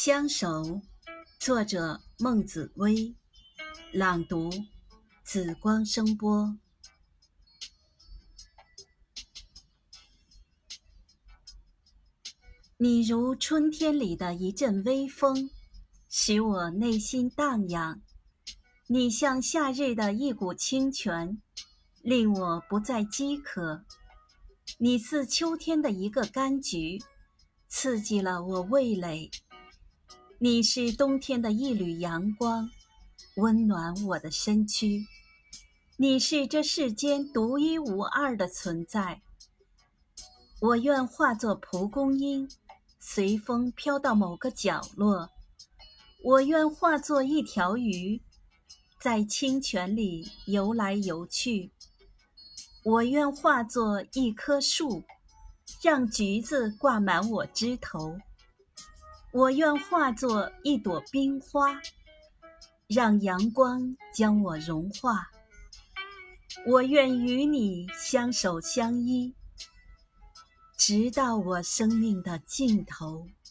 相守，作者孟子微，朗读紫光声波。你如春天里的一阵微风，使我内心荡漾；你像夏日的一股清泉，令我不再饥渴；你似秋天的一个柑橘，刺激了我味蕾；你是冬天的一缕阳光，温暖我的身躯；你是这世间独一无二的存在。我愿化作蒲公英，随风飘到某个角落；我愿化作一条鱼，在清泉里游来游去；我愿化作一棵树，让橘子挂满我枝头；我愿化作一朵冰花，让阳光将我融化；我愿与你相守相依，直到我生命的尽头。